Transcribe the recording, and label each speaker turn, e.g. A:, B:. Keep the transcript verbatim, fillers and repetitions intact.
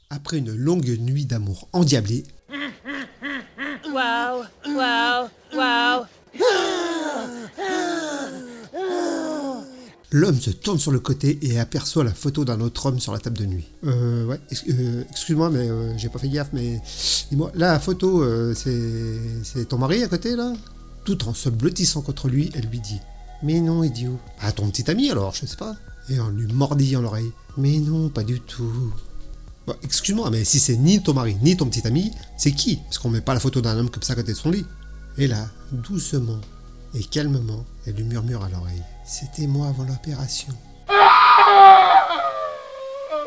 A: Après une longue nuit d'amour endiablé,
B: Waouh, waouh, waouh.
A: l'homme se tourne sur le côté et aperçoit la photo d'un autre homme sur la table de nuit. Euh, ouais, ex- euh, excuse-moi, mais euh, j'ai pas fait gaffe, mais dis-moi, là, la photo, euh, c'est, c'est ton mari à côté, là? Tout en se blottissant contre lui, elle lui dit: mais non, idiot. Bah, ton petit ami alors, je sais pas. Et en lui mordillant l'oreille: mais non, pas du tout. Bon, excuse-moi, mais si c'est ni ton mari, ni ton petit ami, c'est qui? Parce qu'on met pas la photo d'un homme comme ça à côté de son lit. Et là, doucement et calmement, elle lui murmure à l'oreille: c'était moi avant l'opération.